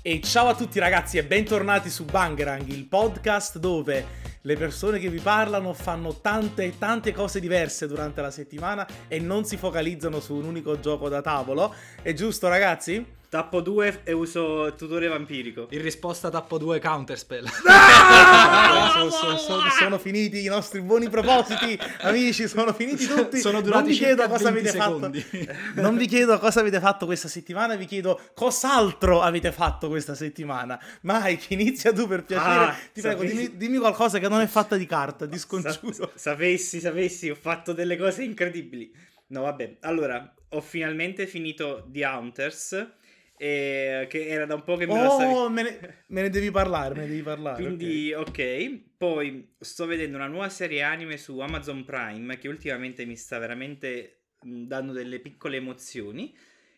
E ciao a tutti ragazzi e bentornati su Bangerang, il podcast dove le persone che vi parlano fanno tante cose diverse durante la settimana e non si focalizzano su un unico gioco da tavolo. È giusto ragazzi? Tappo 2 e uso tutore vampirico. In risposta tappo 2 Counterspell. Sono finiti i nostri buoni propositi, amici, sono finiti tutti. Sono durati non vi chiedo cosa 20 avete secondi. fatto. Non vi chiedo cosa avete fatto questa settimana, vi chiedo cos'altro avete fatto questa settimana. Mike, inizia tu per piacere. Ti prego, dimmi qualcosa che non è fatta di carta, ti scongiuro. Sapessi, ho fatto delle cose incredibili. No, vabbè, allora, ho finalmente finito The Hunters. Che era da un po' che me lo stavi... me ne devi parlare, Quindi, ok. Poi sto vedendo una nuova serie anime su Amazon Prime che ultimamente mi sta veramente dando delle piccole emozioni.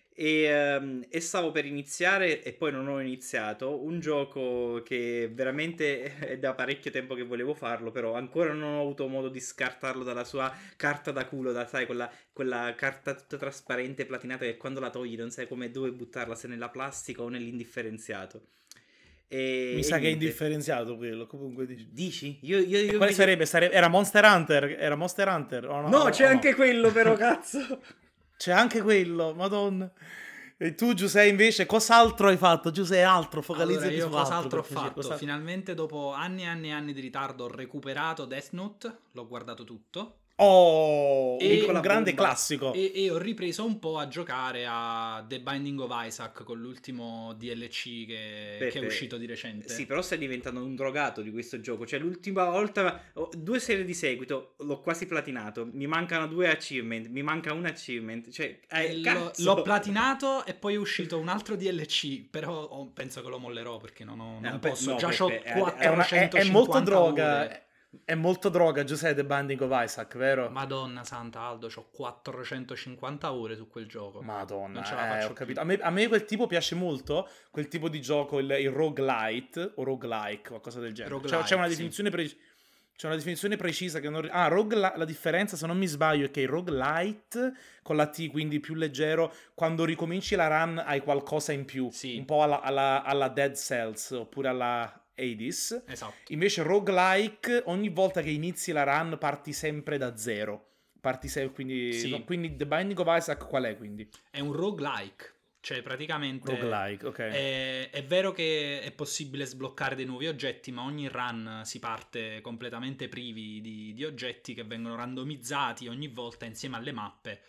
E stavo per iniziare, e poi non ho iniziato, un gioco che veramente è da parecchio tempo che volevo farlo, però ancora non ho avuto modo di scartarlo dalla sua carta da culo, sai, quella carta tutta trasparente, platinata, che quando la togli non sai come dove buttarla, se nella plastica o nell'indifferenziato. Mi sa che è indifferenziato quello, comunque dici? Quale sarebbe? Era Monster Hunter? Era Monster Hunter? O no? No, c'è anche quello però, cazzo! C'è anche quello, madonna. E tu Giuseppe invece cos'altro hai fatto? Giuseppe, altro, focalizzati allora, io su altro. Cos'altro ho fatto? Finalmente dopo anni e anni di ritardo ho recuperato Death Note, l'ho guardato tutto. Oh, un grande classico. E ho ripreso un po' a giocare a The Binding of Isaac con l'ultimo DLC che è uscito di recente. Sì, però stai diventando un drogato di questo gioco. Cioè, l'ultima volta, 2 serie di seguito, l'ho quasi platinato. Mi mancano 2 achievement, mi manca un achievement. Cioè, l'ho platinato e poi è uscito un altro DLC. Però penso che lo mollerò perché non posso. No, già c'ho 450 è molto droga. ore. È molto droga, Giuseppe, The Binding of Isaac, vero? Madonna santa, Aldo, c'ho 450 ore su quel gioco. Madonna, non ce la faccio ho capito. A me quel tipo piace molto, quel tipo di gioco, il roguelite o roguelike, qualcosa del genere. C'è una definizione c'è una definizione precisa che non... la differenza, se non mi sbaglio, è che il roguelite con la T, quindi più leggero, quando ricominci la run hai qualcosa in più, sì. Un po' alla Dead Cells oppure alla Hades. Esatto. Invece roguelike, ogni volta che inizi la run parti sempre da zero. Quindi, sì. No, quindi The Binding of Isaac qual è quindi? È un roguelike. Cioè praticamente okay. è vero che è possibile sbloccare dei nuovi oggetti, ma ogni run si parte completamente privi di oggetti che vengono randomizzati ogni volta insieme alle mappe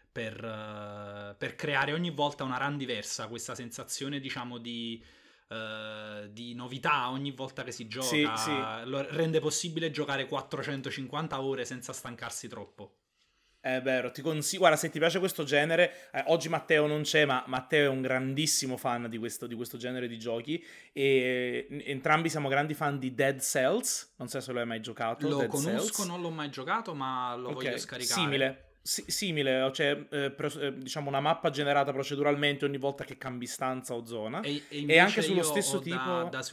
per creare ogni volta una run diversa, questa sensazione diciamo di novità ogni volta che si gioca. Sì. Lo rende possibile giocare 450 ore senza stancarsi troppo. È vero, ti consiglio, guarda, se ti piace questo genere, oggi Matteo non c'è, ma Matteo è un grandissimo fan di questo genere di giochi e entrambi siamo grandi fan di Dead Cells, non so se lo hai mai giocato. Lo Dead conosco, Cells. Non l'ho mai giocato, ma lo voglio scaricare. Simile, cioè diciamo una mappa generata proceduralmente ogni volta che cambi stanza o zona e anche sullo stesso tipo da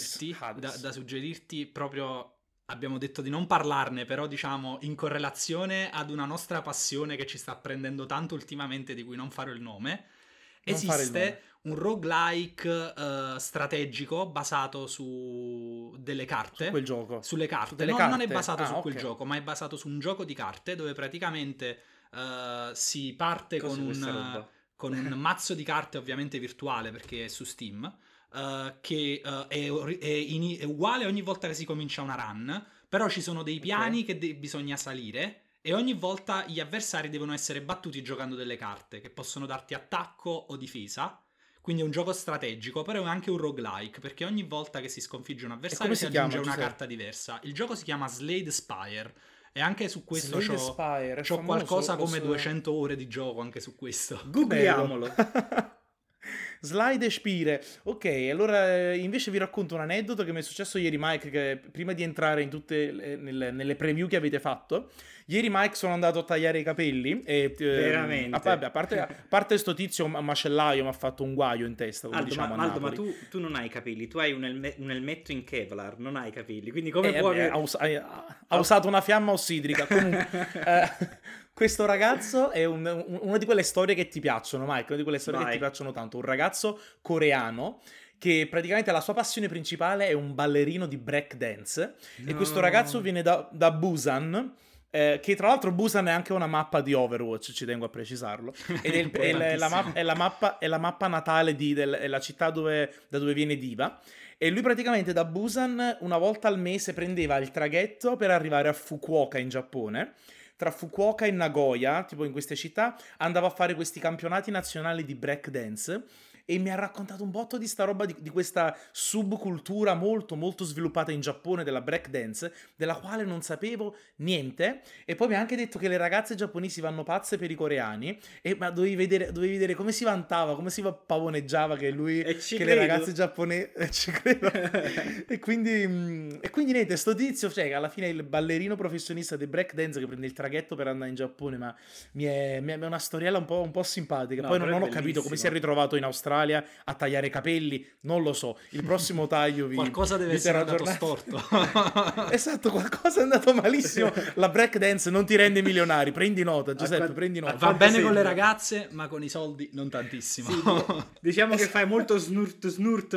suggerirti proprio. Abbiamo detto di non parlarne, però diciamo in correlazione ad una nostra passione che ci sta prendendo tanto ultimamente, di cui non farò il nome. Esiste un roguelike strategico basato su delle carte. Su quel gioco. Sulle carte. Non è basato su quel gioco, ma è basato su un gioco di carte dove praticamente si parte con un mazzo di carte ovviamente virtuale perché è su Steam. Che è uguale ogni volta che si comincia una run, però ci sono dei piani che bisogna salire e ogni volta gli avversari devono essere battuti giocando delle carte che possono darti attacco o difesa. Quindi è un gioco strategico, però è anche un roguelike, perché ogni volta che si sconfigge un avversario si aggiunge una carta diversa. Il gioco si chiama Slade Spire e anche su questo c'ho qualcosa come 200 ore di gioco anche su questo. Googliamolo. Slide e spire. Ok, allora invece vi racconto un aneddoto che mi è successo ieri, Mike, che prima di entrare in tutte nelle preview che avete fatto, ieri Mike sono andato a tagliare i capelli e veramente a parte sto tizio, un macellaio mi ha fatto un guaio in testa, come diciamo a Napoli. Ma tu non hai i capelli, tu hai un elmetto in Kevlar, non hai i capelli, quindi come puoi... Ha usato una fiamma ossidrica. Comunque questo ragazzo è una di quelle storie che ti piacciono, Mike, una di quelle storie che ti piacciono tanto, un ragazzo coreano che praticamente la sua passione principale è un ballerino di breakdance, e questo ragazzo viene da Busan, che tra l'altro Busan è anche una mappa di Overwatch, ci tengo a precisarlo, ed è la mappa natale della città da dove viene Diva. E lui praticamente da Busan una volta al mese prendeva il traghetto per arrivare a Fukuoka in Giappone. Tra Fukuoka e Nagoya, tipo in queste città, andava a fare questi campionati nazionali di breakdance, e mi ha raccontato un botto di sta roba, di questa subcultura molto molto sviluppata in Giappone della breakdance, della quale non sapevo niente. E poi mi ha anche detto che le ragazze giapponesi vanno pazze per i coreani, ma dovevi vedere come si vantava, come si pavoneggiava che lui, che le ragazze giapponesi ci credo. e quindi niente, sto tizio, cioè alla fine è il ballerino professionista di breakdance che prende il traghetto per andare in Giappone, ma mi è una storiella un po' simpatica. No, poi non ho capito come si è ritrovato in Australia a tagliare i capelli, non lo so. Il prossimo taglio qualcosa deve essere andato storto. Esatto, qualcosa è andato malissimo. La breakdance non ti rende milionari, prendi nota, Giuseppe, prendi nota. Va bene con le ragazze, ma con i soldi non tantissimo. Sì, diciamo che fai molto snurt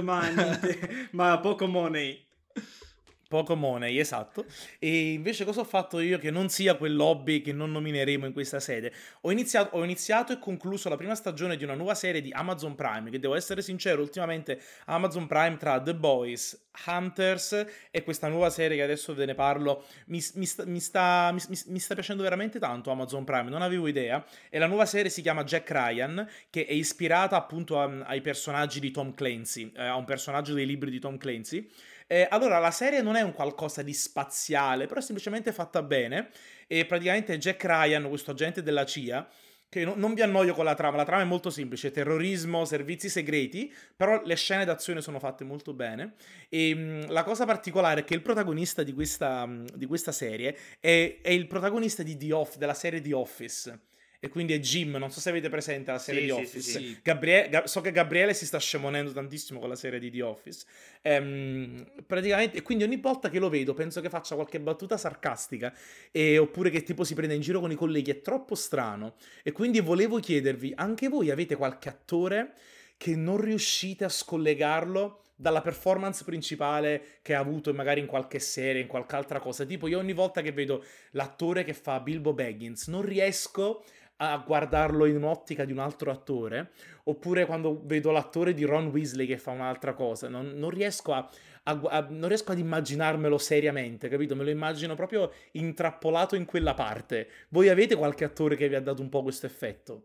ma poco money. Poco money, esatto. E invece cosa ho fatto io che non sia quell'hobby che non nomineremo in questa sede? Ho iniziato e concluso la prima stagione di una nuova serie di Amazon Prime, che devo essere sincero, ultimamente Amazon Prime tra The Boys, Hunters e questa nuova serie che adesso ve ne parlo mi sta piacendo veramente tanto. Amazon Prime, non avevo idea. E la nuova serie si chiama Jack Ryan, che è ispirata appunto ai personaggi di Tom Clancy, a un personaggio dei libri di Tom Clancy. Allora, la serie non è un qualcosa di spaziale, però è semplicemente fatta bene, e praticamente Jack Ryan, questo agente della CIA, che non vi annoio con la trama è molto semplice: terrorismo, servizi segreti, però le scene d'azione sono fatte molto bene. E la cosa particolare è che il protagonista di questa serie è il protagonista della serie The Office. E quindi è Jim, non so se avete presente la serie The Office. Sì. So che Gabriele si sta scemonendo tantissimo con la serie di The Office. Praticamente, e quindi ogni volta che lo vedo penso che faccia qualche battuta sarcastica, oppure che tipo si prenda in giro con i colleghi. È troppo strano. E quindi volevo chiedervi, anche voi avete qualche attore che non riuscite a scollegarlo dalla performance principale che ha avuto magari in qualche serie, in qualche altra cosa? Tipo, io ogni volta che vedo l'attore che fa Bilbo Baggins non riesco a guardarlo in un'ottica di un altro attore, oppure quando vedo l'attore di Ron Weasley che fa un'altra cosa, non riesco non riesco ad immaginarmelo seriamente, capito? Me lo immagino proprio intrappolato in quella parte. Voi avete qualche attore che vi ha dato un po' questo effetto?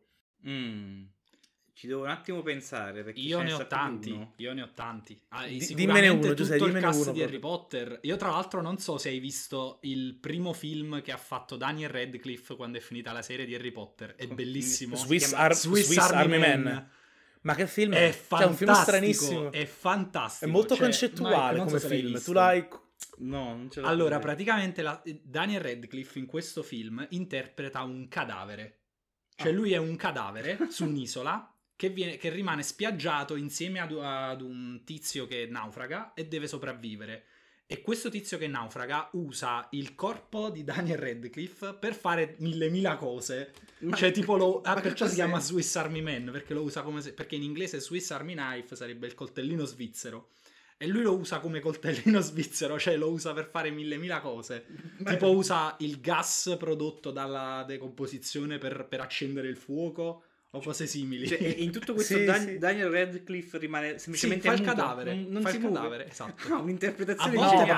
Ci devo un attimo pensare, perché io ne ho tanti. Dimmene uno, Giuseppe, tutto il cast di Harry Potter. Io tra l'altro non so se hai visto il primo film che ha fatto Daniel Radcliffe quando è finita la serie di Harry Potter. È bellissimo. Swiss Army Man. Ma che film è? È un film stranissimo. È fantastico. È molto concettuale come film. Tu l'hai... No, non ce l'ho. Allora, praticamente Daniel Radcliffe in questo film interpreta un cadavere. Cioè lui è un cadavere su un'isola che rimane spiaggiato insieme ad un tizio che naufraga e deve sopravvivere. E questo tizio che naufraga usa il corpo di Daniel Radcliffe per fare mille cose. Cioè tipo perciò si chiama Swiss Army Man, perché lo usa perché in inglese Swiss Army Knife sarebbe il coltellino svizzero. E lui lo usa come coltellino svizzero, cioè lo usa per fare mille cose. Tipo usa il gas prodotto dalla decomposizione per accendere il fuoco o cose simili. Cioè, in tutto questo Daniel Radcliffe rimane semplicemente fa il cadavere, non fa si il muove. cadavere, esatto. No, un'interpretazione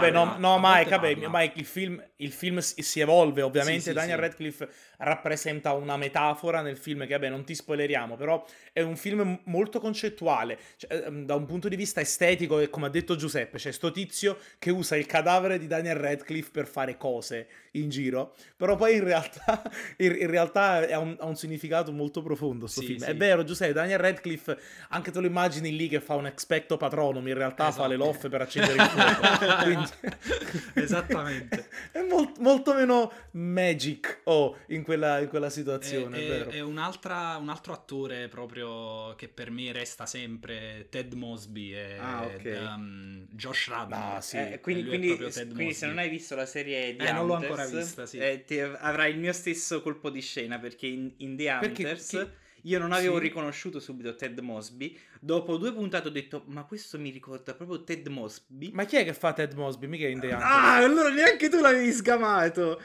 Mike, il film si evolve, ovviamente. Daniel Radcliffe rappresenta una metafora nel film che, non ti spoileriamo, però è un film molto concettuale, cioè, da un punto di vista estetico, e come ha detto Giuseppe, c'è sto tizio che usa il cadavere di Daniel Radcliffe per fare cose in giro, però poi in realtà ha un significato molto profondo sto film. È vero, Giuseppe, Daniel Radcliffe, anche te lo immagini lì che fa un expecto patronum, in realtà fa le loffe per accendere il fuoco. Quindi... Esattamente. È molto meno magic in quella situazione. È vero. È un altro attore proprio che per me resta sempre Ted Mosby e Josh Radnor. Quindi se non hai visto la serie di Hunters, non l'ho ancora vista, avrai il mio stesso colpo di scena, perché in The Hunters io non avevo riconosciuto subito Ted Mosby. Dopo 2 puntate ho detto, ma questo mi ricorda proprio Ted Mosby. Ma chi è che fa Ted Mosby? Mica è in The Hunters. Ah, allora neanche tu l'avevi sgamato.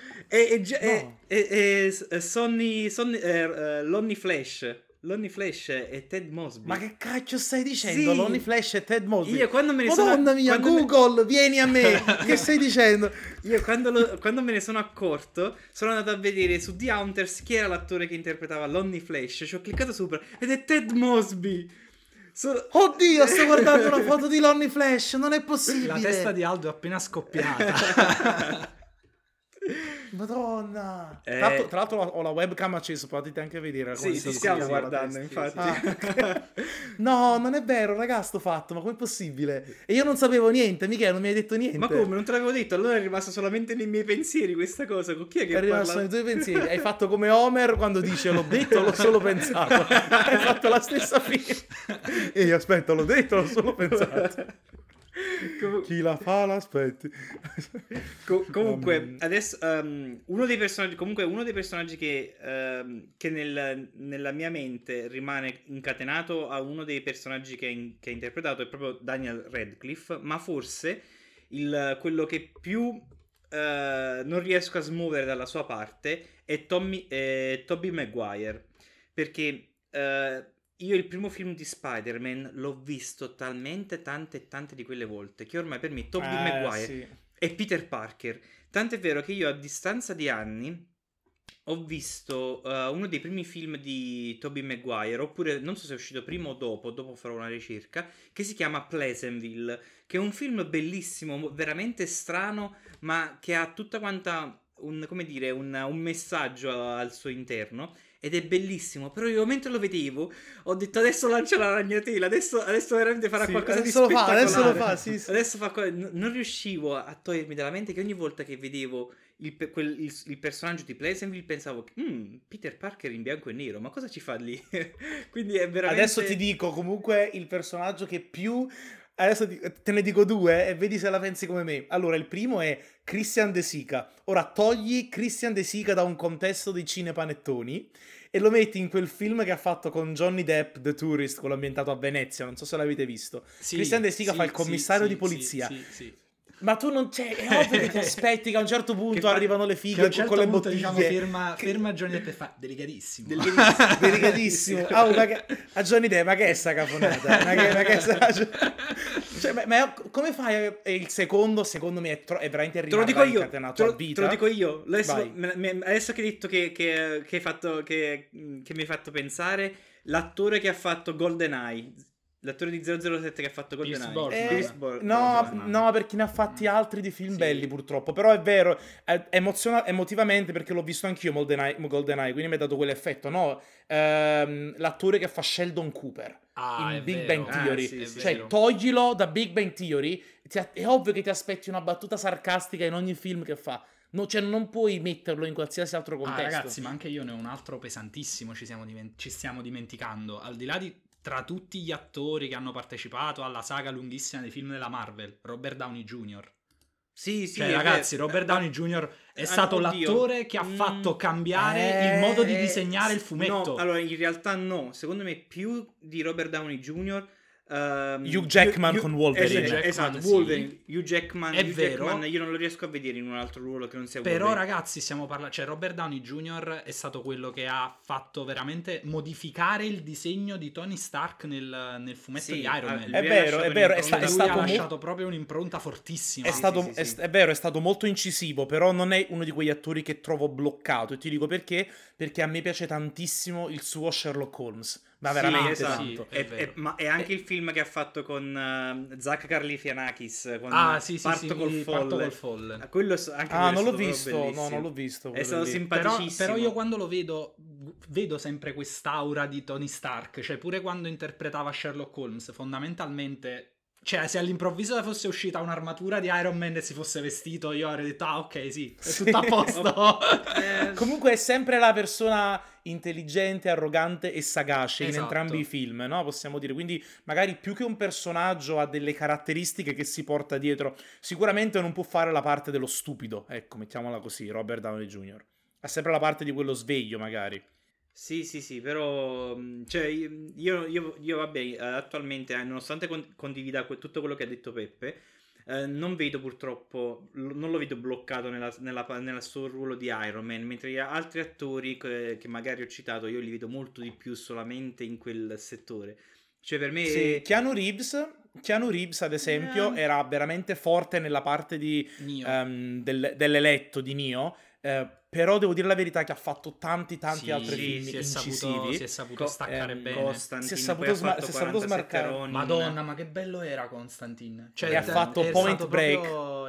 Lonnie Flash. Lonnie Flash e Ted Mosby. Ma che cacchio stai dicendo? Lonnie Flash e Ted Mosby? Io quando me ne Madonna mia, Google, vieni a me. Che stai dicendo? Io quando me ne sono accorto, sono andato a vedere su The Hunters chi era l'attore che interpretava Lonnie Flash. Ci ho cliccato sopra ed è Ted Mosby. Oddio, sto guardando una foto di Lonnie Flash, non è possibile. La testa di Aldo è appena scoppiata. Madonna. Tra l'altro ho la webcam accesa, potete anche vedere. Sì, stiamo guardando, infatti. No, non è vero, raga, sto fatto, ma com'è possibile? E io non sapevo niente, Michele, non mi hai detto niente. Ma come, non te l'avevo detto? Allora è rimasta solamente nei miei pensieri questa cosa. Con chi è che è rimasto nei tuoi pensieri? Hai fatto come Homer quando dice l'ho detto, l'ho solo pensato. Hai fatto la stessa fine. E io aspetta, l'ho detto, l'ho solo pensato. Chi la fa l'aspetti. Comunque adesso uno dei personaggi che nella mia mente rimane incatenato a uno dei personaggi che ha interpretato è proprio Daniel Radcliffe, ma forse quello che più non riesco a smuovere dalla sua parte è Tobey Maguire, perché io il primo film di Spider-Man l'ho visto talmente tante e tante di quelle volte che ormai per me Tobey Maguire è Peter Parker. Tant'è vero che io a distanza di anni ho visto uno dei primi film di Tobey Maguire, oppure non so se è uscito prima o dopo farò una ricerca, che si chiama Pleasantville, che è un film bellissimo, veramente strano, ma che ha tutta quanta un messaggio al suo interno. Ed è bellissimo, però io mentre lo vedevo ho detto adesso lancia la ragnatela, adesso veramente farà qualcosa di spettacolare. Adesso lo fa, sì. Adesso non riuscivo a togliermi dalla mente che ogni volta che vedevo il personaggio di Pleasantville pensavo Peter Parker in bianco e nero, ma cosa ci fa lì? Quindi è veramente... Adesso ti dico comunque il personaggio che più... Adesso te ne dico 2 e vedi se la pensi come me. Allora, il primo è Christian De Sica. Ora togli Christian De Sica da un contesto dei cinepanettoni e lo metti in quel film che ha fatto con Johnny Depp, The Tourist, quello ambientato a Venezia, non so se l'avete visto. Sì, Christian De Sica fa il commissario di polizia. Sì. Ma tu non c'è, è ovvio che ti aspetti che a un certo punto arrivano le fighe con le bottiglie. Diciamo, ferma Johnny Depp e fa delicatissimo. Delicatissimo. A Johnny Depp, ma che è sta caponata? Ma che come fai? Il secondo me è veramente arrivato incatenato a vita. Te lo dico io. Adesso che hai detto che mi hai fatto pensare, l'attore che ha fatto GoldenEye, l'attore di 007 che ha fatto GoldenEye. No, perché ne ha fatti altri di film belli purtroppo. Però è vero, emotivamente, perché l'ho visto anch'io GoldenEye, quindi mi ha dato quell'effetto. No, l'attore che fa Sheldon Cooper in Big Bang Theory. Cioè, toglilo da Big Bang Theory, è ovvio che ti aspetti una battuta sarcastica in ogni film che fa. No, cioè non puoi metterlo in qualsiasi altro contesto. Ragazzi, ma anche io ne ho un altro pesantissimo, ci stiamo dimenticando. Al di là di... Tra tutti gli attori che hanno partecipato alla saga lunghissima dei film della Marvel, Robert Downey Jr. Sì, cioè, ragazzi, Robert Downey Jr. è stato l'attore che ha fatto cambiare il modo di disegnare il fumetto. No, allora in realtà no, secondo me più di Robert Downey Jr. Hugh Jackman con Wolverine. Esatto, Wolverine. Hugh Jackman, vero. Io non lo riesco a vedere in un altro ruolo che non sia Wolverine. Però ragazzi, stiamo parlando, cioè Robert Downey Jr. è stato quello che ha fatto veramente modificare il disegno di Tony Stark nel fumetto di Iron Man. È vero, è stato ha lasciato proprio un'impronta fortissima. È vero, è stato molto incisivo, però non è uno di quegli attori che trovo bloccato, e ti dico perché a me piace tantissimo il suo Sherlock Holmes. Ma veramente tanto. Ma è anche il film che ha fatto con Zach Galifianakis con Parto col Folle. Quello non l'ho visto. No, non l'ho visto. È stato simpaticissimo. Però io quando lo vedo sempre quest'aura di Tony Stark. Cioè pure quando interpretava Sherlock Holmes, fondamentalmente... Cioè, se all'improvviso fosse uscita un'armatura di Iron Man e si fosse vestito, io avrei detto, ok, sì, è tutto a posto. Comunque è sempre la persona intelligente, arrogante e sagace in entrambi i film, no? Possiamo dire. Quindi magari più che un personaggio ha delle caratteristiche che si porta dietro. Sicuramente non può fare la parte dello stupido, ecco, mettiamola così, Robert Downey Jr. Ha sempre la parte di quello sveglio, magari. Sì, però cioè, io vabbè, attualmente, nonostante condivida tutto quello che ha detto Peppe, non vedo purtroppo, non lo vedo bloccato nel suo ruolo di Iron Man, mentre gli altri attori che magari ho citato io li vedo molto di più solamente in quel settore. Cioè per me... Sì, Keanu Reeves ad esempio era veramente forte nella parte dell'eletto di Neo, però devo dire la verità che ha fatto tanti altri film incisivi. Si è saputo staccare bene. Constantine, si è saputo smarcare. Madonna, ma che bello era Constantine. Cioè, e ha fatto Point Break.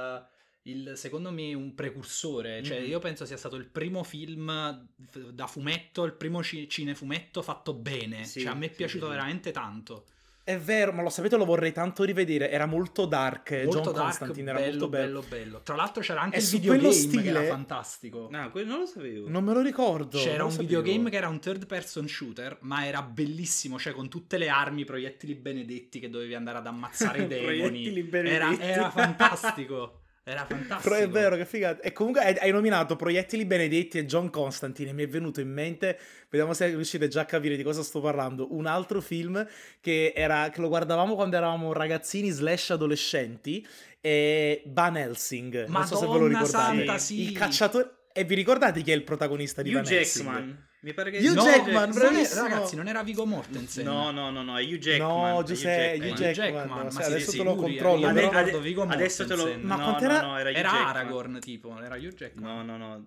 Secondo me un precursore. Cioè, io penso sia stato il primo film da fumetto, il primo cinefumetto fatto bene. Cioè, a me è piaciuto veramente tanto. È vero, ma lo sapete, lo vorrei tanto rivedere. Era molto dark. John Constantine era molto bello. Tra l'altro c'era anche il videogame che era fantastico. No, non lo sapevo. Non me lo ricordo. C'era un videogame che era un third person shooter, ma era bellissimo. Cioè, con tutte le armi, proiettili benedetti che dovevi andare ad ammazzare i demoni. Era fantastico. Era fantastico. Però è vero, che figata. E comunque hai nominato Proiettili Benedetti e John Constantine. Mi è venuto in mente, vediamo se riuscite già a capire di cosa sto parlando, un altro film che lo guardavamo quando eravamo ragazzini / adolescenti, è Van Helsing. Madonna, non so se ve lo ricordate. Santa, sì. Il cacciatore... E vi ricordate chi è il protagonista di Van Helsing? Jackman. Mi pare che Hugh Jackman, bravissimo. Ragazzi, non era Viggo Mortensen. No, è Hugh Jackman. No, Giuseppe, Hugh Jackman. Ma adesso sì, te lo controllo. Adesso te lo... Ma quant'era? Era Aragorn, tipo. Era Hugh Jackman. No.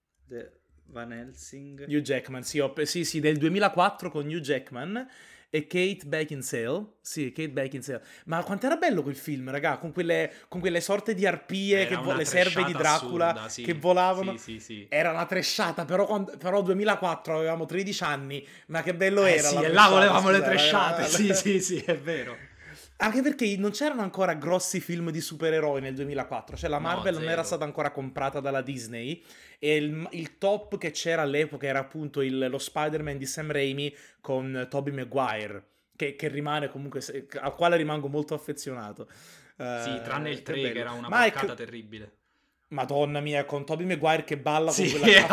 Van Helsing. Hugh Jackman, sì, del 2004 con Hugh Jackman e Kate Beckinsale. Sì, Kate Beckinsale. Ma quant'era bello quel film, raga, con quelle sorte di arpie, le serve di Dracula assurda, che volavano. Sì. Era una tresciata, però 2004 avevamo 13 anni, ma che bello era. Sì, e là volevamo le tresciate. Sì, è vero. Anche perché non c'erano ancora grossi film di supereroi nel 2004, cioè la Marvel non era stata ancora comprata dalla Disney e il top che c'era all'epoca era appunto lo Spider-Man di Sam Raimi con Tobey Maguire, che rimane comunque, al quale rimango molto affezionato. Sì, tranne il 3 che era una porcata terribile. Madonna mia, con Tobey Maguire che balla con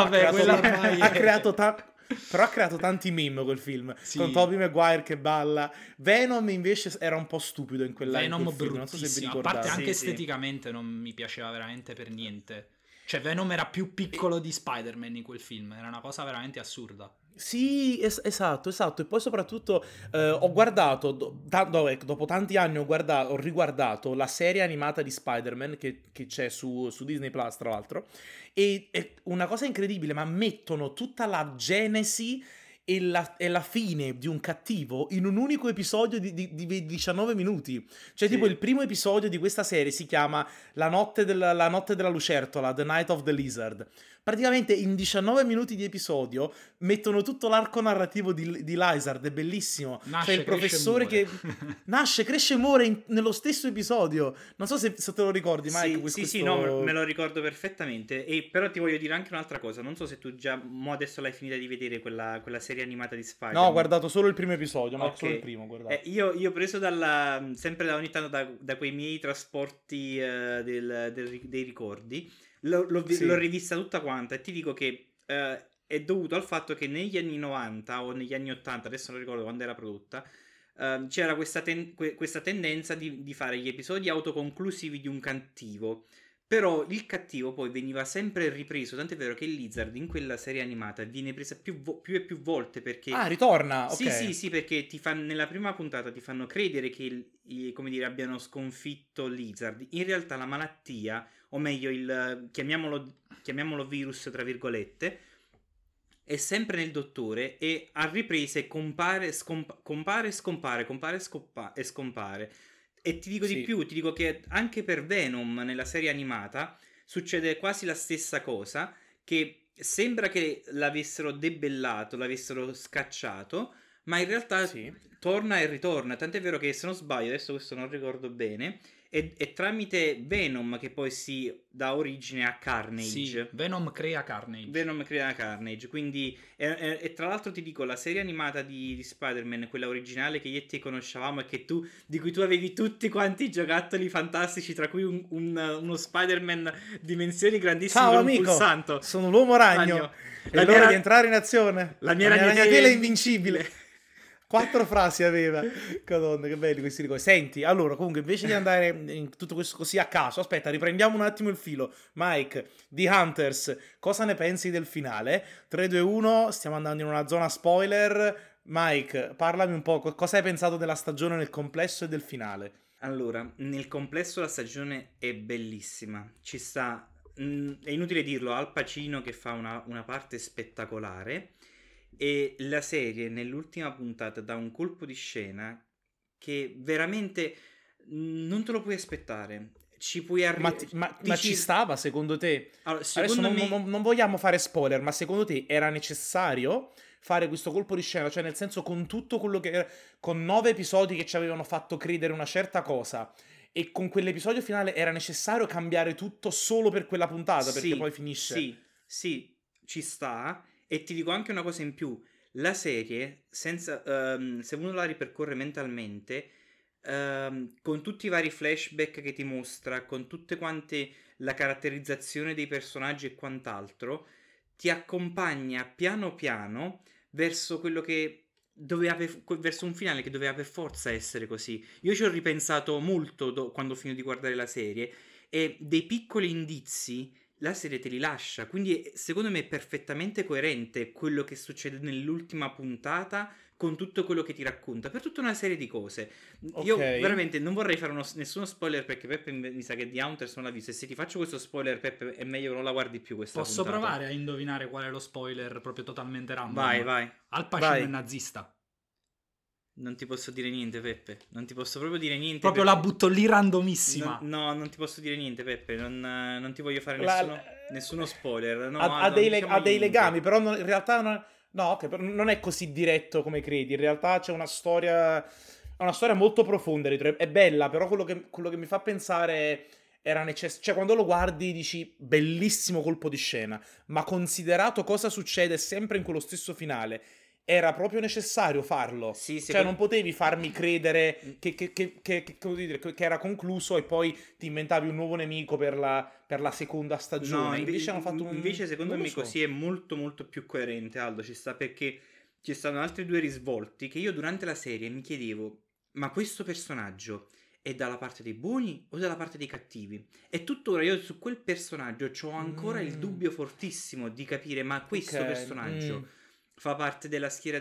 però ha creato tanti meme quel film, con Tobey Maguire che balla. Venom invece era un po' stupido in quel film, non so se vi ricordate. A parte anche esteticamente non mi piaceva veramente per niente. Cioè Venom era più piccolo di Spider-Man in quel film, era una cosa veramente assurda. Sì, esatto. E poi soprattutto ho guardato, dopo tanti anni ho riguardato la serie animata di Spider-Man che c'è su Disney Plus, tra l'altro, e è una cosa incredibile, ma mettono tutta la genesi e la fine di un cattivo in un unico episodio di 19 minuti. Cioè tipo il primo episodio di questa serie si chiama La notte della lucertola, The Night of the Lizard. Praticamente in 19 minuti di episodio mettono tutto l'arco narrativo di Lizard, è bellissimo. Nasce, c'è il professore che nasce, cresce e muore nello stesso episodio. Non so se te lo ricordi, Mike. Sì, no, me lo ricordo perfettamente. E però ti voglio dire anche un'altra cosa. Non so se tu già adesso l'hai finita di vedere quella serie animata di Spider-Man. No, ho guardato solo il primo episodio, ma solo il primo, guardate. Io preso sempre da ogni tanto da quei miei trasporti dei ricordi. L'ho rivista tutta quanta e ti dico che è dovuto al fatto che negli anni 90 o negli anni 80, adesso non ricordo quando era prodotta, c'era questa tendenza di fare gli episodi autoconclusivi di un cattivo. Però il cattivo poi veniva sempre ripreso, tant'è vero che il Lizard in quella serie animata viene presa più e più volte perché... Ah, ritorna, ok. Sì, perché nella prima puntata ti fanno credere che come dire, abbiano sconfitto Lizard. In realtà la malattia, o meglio chiamiamolo virus tra virgolette, è sempre nel dottore e a riprese compare e scompare. E ti dico di più, ti dico che anche per Venom nella serie animata succede quasi la stessa cosa, che sembra che l'avessero debellato, l'avessero scacciato, ma in realtà torna e ritorna, tant'è vero che se non sbaglio, adesso questo non ricordo bene, è tramite Venom che poi si dà origine a Carnage. Sì, Venom crea Carnage. Quindi e tra l'altro ti dico, la serie animata di Spider-Man, quella originale che io e te conoscevamo e di cui tu avevi tutti quanti i giocattoli fantastici, tra cui uno Spider-Man dimensioni grandissime. Ciao con amico, un pulsante. sono l'uomo ragno. È l'ora di entrare in azione. La mia ragnatela è invincibile. 4 frasi aveva. Madonna, che belli questi ricordi. Senti, allora, comunque, invece di andare in tutto questo così a caso, aspetta, riprendiamo un attimo il filo. Mike, The Hunters, cosa ne pensi del finale? 3, 2, 1, stiamo andando in una zona spoiler. Mike, parlami un po', cosa hai pensato della stagione nel complesso e del finale? Allora, nel complesso la stagione è bellissima. Ci sta, è inutile dirlo, Al Pacino che fa una parte spettacolare. E la serie nell'ultima puntata dà un colpo di scena che veramente non te lo puoi aspettare. Ci puoi arrivare. Ma ci stava secondo te? Allora, secondo adesso me... non vogliamo fare spoiler, ma secondo te era necessario fare questo colpo di scena? Cioè, nel senso, con tutto quello che era, con 9 episodi che ci avevano fatto credere una certa cosa, e con quell'episodio finale era necessario cambiare tutto solo per quella puntata, perché poi finisce. Sì, ci sta. E ti dico anche una cosa in più, la serie, senza, se uno la ripercorre mentalmente, con tutti i vari flashback che ti mostra, con tutte quante la caratterizzazione dei personaggi e quant'altro, ti accompagna piano piano verso quello che verso un finale che doveva per forza essere così. Io ci ho ripensato molto quando ho finito di guardare la serie, e dei piccoli indizi la serie te li lascia, quindi secondo me è perfettamente coerente quello che succede nell'ultima puntata con tutto quello che ti racconta, per tutta una serie di cose. Okay. Io veramente non vorrei fare nessuno spoiler, perché Peppe mi sa che The Hunters non l'ha visto, e se ti faccio questo spoiler, Peppe, è meglio che non la guardi più questa puntata. Posso provare a indovinare qual è lo spoiler proprio totalmente random? Vai. Al Pacino è nazista. Non ti posso dire niente, Peppe. Non ti posso proprio dire niente. Proprio la butto lì randomissima. No, non ti posso dire niente, Peppe. Non ti voglio fare nessuno spoiler. No, ha dei legami, però in realtà non è così diretto come credi. In realtà c'è una storia molto profonda. È bella, però quello che mi fa pensare era necessario. Cioè, quando lo guardi dici bellissimo colpo di scena, ma considerato cosa succede sempre in quello stesso finale, era proprio necessario farlo. Sì, cioè non potevi farmi credere che era concluso e poi ti inventavi un nuovo nemico per la seconda stagione. Invece hanno fatto invece secondo me così è molto molto più coerente, Aldo. Ci sta, perché ci stanno altri 2 risvolti che io durante la serie mi chiedevo: ma questo personaggio è dalla parte dei buoni o dalla parte dei cattivi? E tuttora io su quel personaggio ho ancora il dubbio fortissimo di capire, ma questo personaggio fa parte della schiera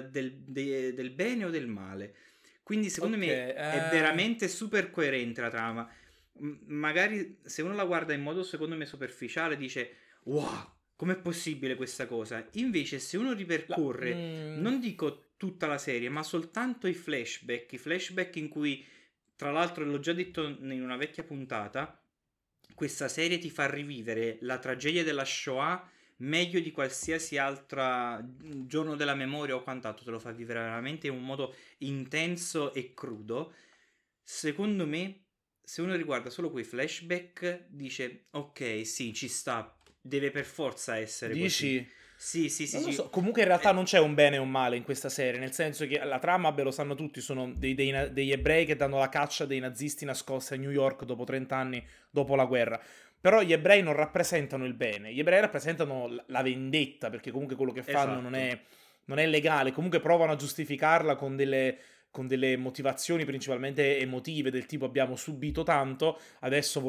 del bene o del male? Quindi secondo me è veramente super coerente la trama. Magari se uno la guarda in modo secondo me superficiale dice: wow, com'è possibile questa cosa? Invece se uno ripercorre, non dico tutta la serie, ma soltanto i flashback in cui, tra l'altro l'ho già detto in una vecchia puntata, questa serie ti fa rivivere la tragedia della Shoah meglio di qualsiasi altro giorno della memoria o quant'altro, te lo fa vivere veramente in un modo intenso e crudo. Secondo me, se uno riguarda solo quei flashback, dice: ok, sì, ci sta, deve per forza essere così. Sì. Non so. Comunque in realtà non c'è un bene e un male in questa serie, nel senso che la trama, lo sanno tutti, sono degli ebrei che danno la caccia dei nazisti nascosti a New York dopo 30 anni dopo la guerra. Però gli ebrei non rappresentano il bene, gli ebrei rappresentano la vendetta, perché comunque quello che fanno non è legale, comunque provano a giustificarla con delle motivazioni principalmente emotive, del tipo: abbiamo subito tanto, adesso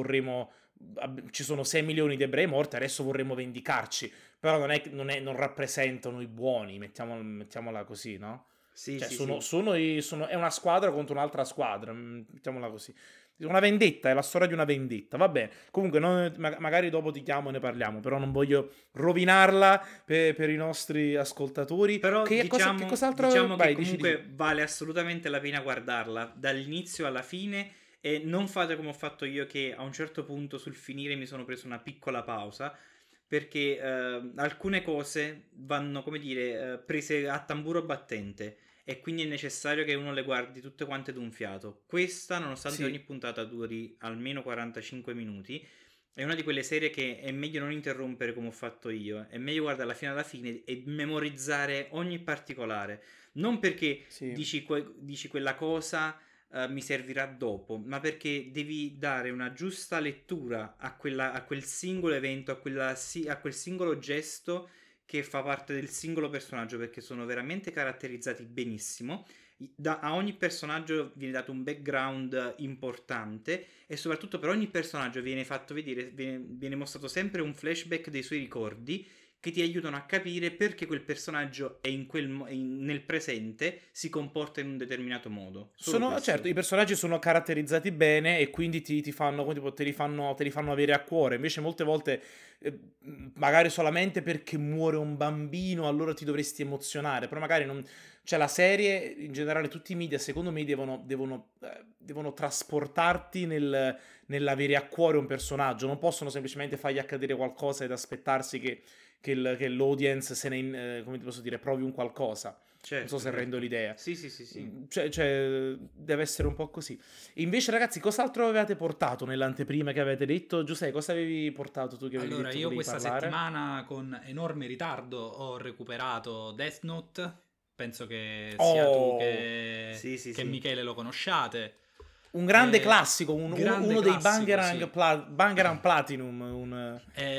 ci sono 6 milioni di ebrei morti, adesso vorremmo vendicarci. Però non rappresentano i buoni, mettiamola così, no? Sì, è una squadra contro un'altra squadra, mettiamola così. Una vendetta, è la storia di una vendetta, va bene. Comunque magari dopo ti chiamo e ne parliamo, però non voglio rovinarla per i nostri ascoltatori. Però che cos'altro che comunque vale assolutamente la pena guardarla dall'inizio alla fine, e non fate come ho fatto io, che a un certo punto sul finire mi sono preso una piccola pausa, perché alcune cose vanno, come dire, prese a tamburo battente. e quindi è necessario che uno le guardi tutte quante d'un fiato. Questa, nonostante ogni puntata duri almeno 45 minuti, è una di quelle serie che è meglio non interrompere come ho fatto io, è meglio guardarla fino alla fine e memorizzare ogni particolare, non perché dici quella cosa mi servirà dopo, ma perché devi dare una giusta lettura a quel singolo evento, a quel singolo gesto che fa parte del singolo personaggio, perché sono veramente caratterizzati benissimo. A ogni personaggio viene dato un background importante e soprattutto per ogni personaggio viene fatto vedere, viene mostrato sempre un flashback dei suoi ricordi che ti aiutano a capire perché quel personaggio è nel presente si comporta in un determinato modo. Certo, i personaggi sono caratterizzati bene e quindi te li fanno avere a cuore. Invece molte volte magari solamente perché muore un bambino allora ti dovresti emozionare, però magari non... Cioè la serie, in generale tutti i media secondo me devono trasportarti nell'avere a cuore un personaggio, non possono semplicemente fargli accadere qualcosa ed aspettarsi che l'audience come ti posso dire, provi un qualcosa. Certo, non so se rendo l'idea. Sì. Cioè, deve essere un po' così. Invece ragazzi, cos'altro avevate portato nell'anteprima che avete detto? Giuseppe, cosa avevi portato tu che avevi detto? Allora, io questa settimana con enorme ritardo ho recuperato Death Note. Penso che sia tu che Michele lo conosciate. Un grande classico, uno dei Bangarang Platinum.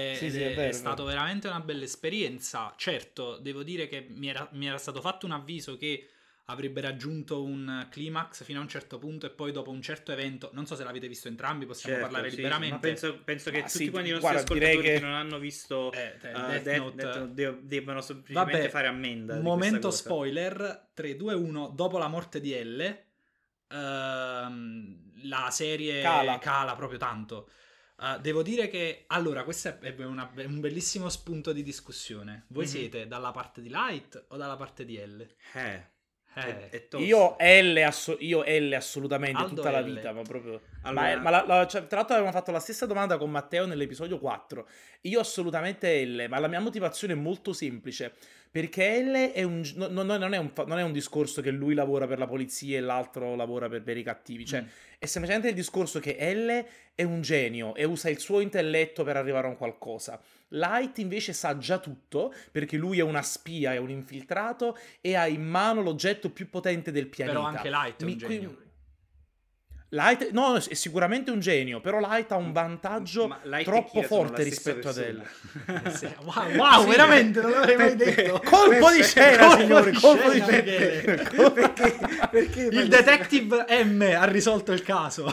È stato veramente una bella esperienza. Certo, devo dire che mi era stato fatto un avviso che avrebbe raggiunto un climax fino a un certo punto e poi dopo un certo evento, non so se l'avete visto entrambi, possiamo parlare liberamente. Ma penso che tutti quanti i nostri ascoltatori che non hanno visto Death Note debbano semplicemente fare ammenda. Momento spoiler, 3, 2, 1, dopo la morte di L, la serie cala proprio tanto. Devo dire che allora questo è un bellissimo spunto di discussione. Voi siete dalla parte di Light o dalla parte di L? Io L assolutamente Aldo tutta la vita, ma proprio allora... tra l'altro avevamo fatto la stessa domanda con Matteo nell'episodio 4. Io assolutamente L, ma la mia motivazione è molto semplice, perché L è non è un discorso che lui lavora per la polizia e l'altro lavora per i cattivi, cioè è semplicemente il discorso che L è un genio e usa il suo intelletto per arrivare a un qualcosa. Light invece sa già tutto, perché lui è una spia, è un infiltrato e ha in mano l'oggetto più potente del pianeta. Però anche Light è un genio. Light, no, è sicuramente un genio, però Light ha un vantaggio troppo forte rispetto ad L. Wow, veramente, non l'avrei mai detto. Colpo di scena, signori, colpo di scena. Perché il detective M ha risolto il caso.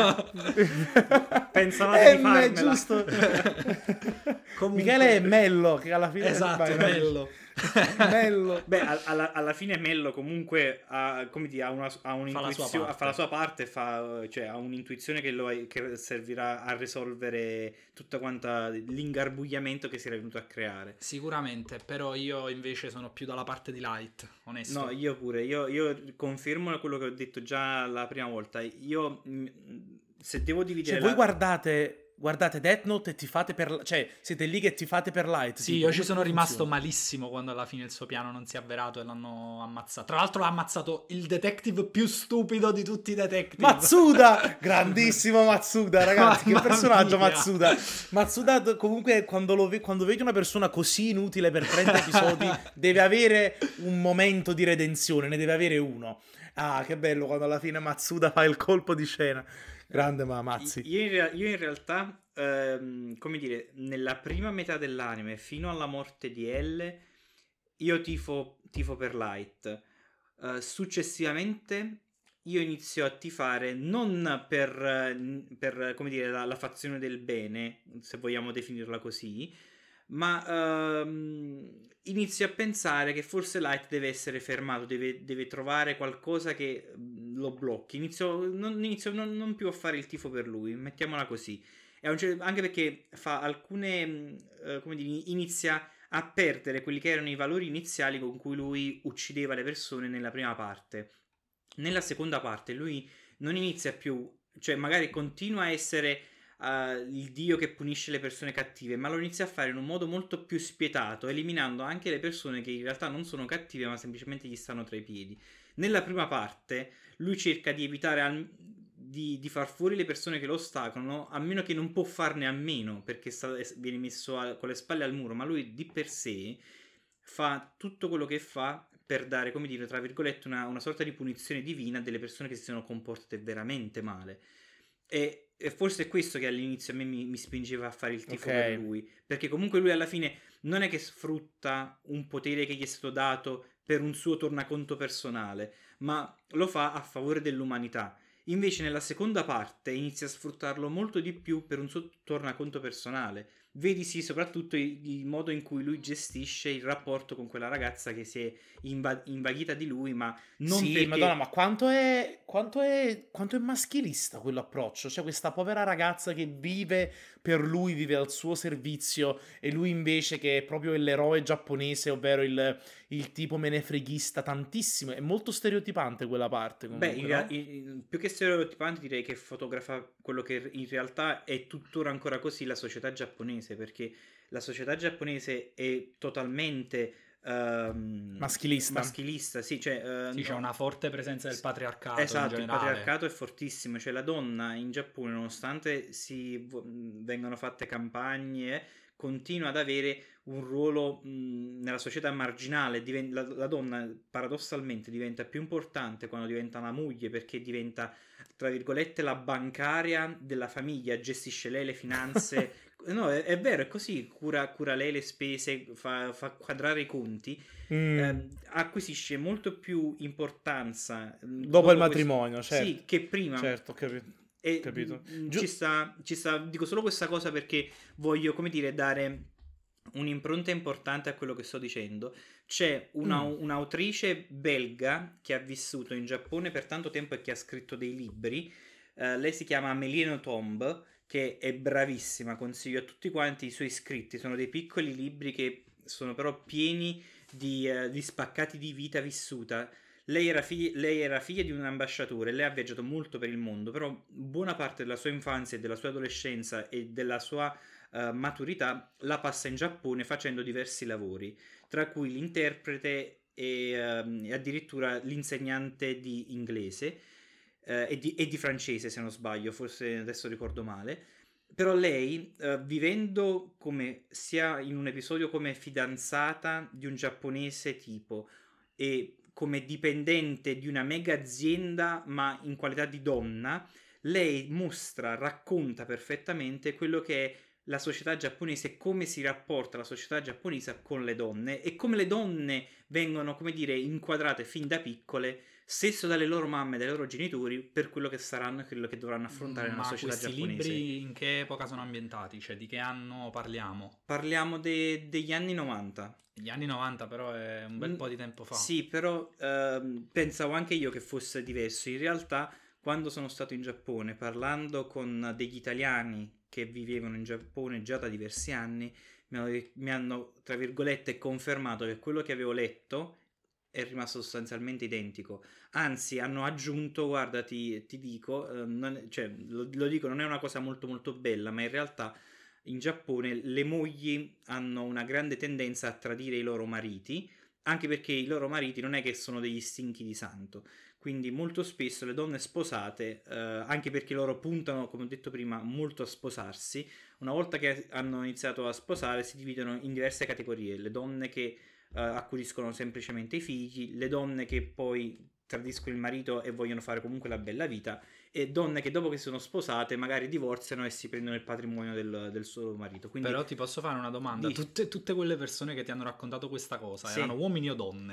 Pensavate di farmela. Giusto. Michele è Mello, che alla fine... Esatto, Mello. Mello. Beh, alla fine Mello comunque ha un'intuizione, fa la sua parte, cioè ha un'intuizione che servirà a risolvere tutta quanta l'ingarbugliamento che si era venuto a creare. Sicuramente, però io invece sono più dalla parte di Light, onesto. No, io pure, io confermo quello che ho detto già la prima volta. Io se devo dividere voi guardate Death Note e tifate per... Cioè, siete lì che tifate per Light. Sì, io ci sono rimasto malissimo quando alla fine il suo piano non si è avverato e l'hanno ammazzato. Tra l'altro l'ha ammazzato il detective più stupido di tutti i detective. Matsuda! Grandissimo Matsuda, ragazzi. Che personaggio Matsuda. Matsuda comunque quando vedi una persona così inutile per 30 episodi deve avere un momento di redenzione, ne deve avere uno. Ah, che bello quando alla fine Matsuda fa il colpo di scena. Grande Mazzi. Io in realtà, come dire, nella prima metà dell'anime fino alla morte di L, io tifo per Light. Successivamente io inizio a tifare non per come dire, la fazione del bene, se vogliamo definirla così, ma inizio a pensare che forse Light deve essere fermato, deve trovare qualcosa che lo blocchi. Non più a fare il tifo per lui, mettiamola così. Anche perché fa alcune come dire, inizia a perdere quelli che erano i valori iniziali con cui lui uccideva le persone nella prima parte. Nella seconda parte lui non inizia più, cioè magari continua a essere il dio che punisce le persone cattive, ma lo inizia a fare in un modo molto più spietato, eliminando anche le persone che in realtà non sono cattive ma semplicemente gli stanno tra i piedi. Nella prima parte lui cerca di evitare di far fuori le persone che lo ostacolano, a meno che non può farne a meno perché viene messo con le spalle al muro, ma lui di per sé fa tutto quello che fa per dare, come dire, tra virgolette, una sorta di punizione divina delle persone che si sono comportate veramente male. E forse è questo che all'inizio a me mi spingeva a fare il tifo per lui, perché comunque lui alla fine non è che sfrutta un potere che gli è stato dato per un suo tornaconto personale, ma lo fa a favore dell'umanità. Invece nella seconda parte inizia a sfruttarlo molto di più per un suo tornaconto personale. Vedi sì, soprattutto il modo in cui lui gestisce il rapporto con quella ragazza che si è invaghita di lui, ma non sì, perché... Madonna, ma quanto è maschilista quell'approccio. Cioè questa povera ragazza che vive per lui, vive al suo servizio, e lui invece che è proprio l'eroe giapponese, ovvero il tipo menefreghista tantissimo. È molto stereotipante quella parte comunque. Beh, più che stereotipante direi che fotografa quello che in realtà è tuttora ancora così la società giapponese, perché la società giapponese è totalmente maschilista, sì, cioè, sì, c'è una forte presenza del patriarcato. Esatto, il patriarcato è fortissimo, cioè la donna in Giappone, nonostante vengano fatte campagne, continua ad avere un ruolo nella società marginale. La donna paradossalmente diventa più importante quando diventa una moglie, perché diventa, tra virgolette, la bancaria della famiglia, gestisce lei le finanze. No, è vero, è così, cura lei le spese, fa quadrare i conti, acquisisce molto più importanza dopo il matrimonio, certo. Sì, che prima. Certo, capito. Ci sta, dico solo questa cosa perché voglio, come dire, dare un'impronta importante a quello che sto dicendo. C'è un'autrice belga che ha vissuto in Giappone per tanto tempo e che ha scritto dei libri. Lei si chiama Amélie Nothomb, che è bravissima, consiglio a tutti quanti i suoi scritti. Sono dei piccoli libri che sono però pieni di spaccati di vita vissuta. Lei era figlia di un ambasciatore, lei ha viaggiato molto per il mondo, però buona parte della sua infanzia e della sua adolescenza e della sua maturità la passa in Giappone facendo diversi lavori, tra cui l'interprete e addirittura l'insegnante di inglese e di francese, se non sbaglio, forse adesso ricordo male. Però lei, vivendo sia in un episodio come fidanzata di un giapponese tipo e come dipendente di una mega azienda, ma in qualità di donna, lei racconta perfettamente quello che è la società giapponese e come si rapporta la società giapponese con le donne e come le donne vengono, come dire, inquadrate fin da piccole, stesso dalle loro mamme e dai loro genitori, per quello che saranno e quello che dovranno affrontare nella società giapponese. Ma questi libri in che epoca sono ambientati? Cioè, di che anno parliamo? Parliamo degli anni 90. Gli anni 90 però è un bel po' di tempo fa. Sì, però pensavo anche io che fosse diverso. In realtà, quando sono stato in Giappone, parlando con degli italiani che vivevano in Giappone già da diversi anni, mi hanno, tra virgolette, confermato che quello che avevo letto è rimasto sostanzialmente identico. Anzi, hanno aggiunto, guarda, ti dico, lo dico, non è una cosa molto molto bella, ma in realtà in Giappone le mogli hanno una grande tendenza a tradire i loro mariti, anche perché i loro mariti non è che sono degli stinchi di santo. Quindi molto spesso le donne sposate, anche perché loro puntano, come ho detto prima, molto a sposarsi, una volta che hanno iniziato a sposare si dividono in diverse categorie. Le donne che accudiscono semplicemente i figli, le donne che poi tradiscono il marito e vogliono fare comunque la bella vita, e donne che dopo che sono sposate magari divorziano e si prendono il patrimonio del suo marito. Quindi, però ti posso fare una domanda, tutte quelle persone che ti hanno raccontato questa cosa, sì, erano uomini o donne?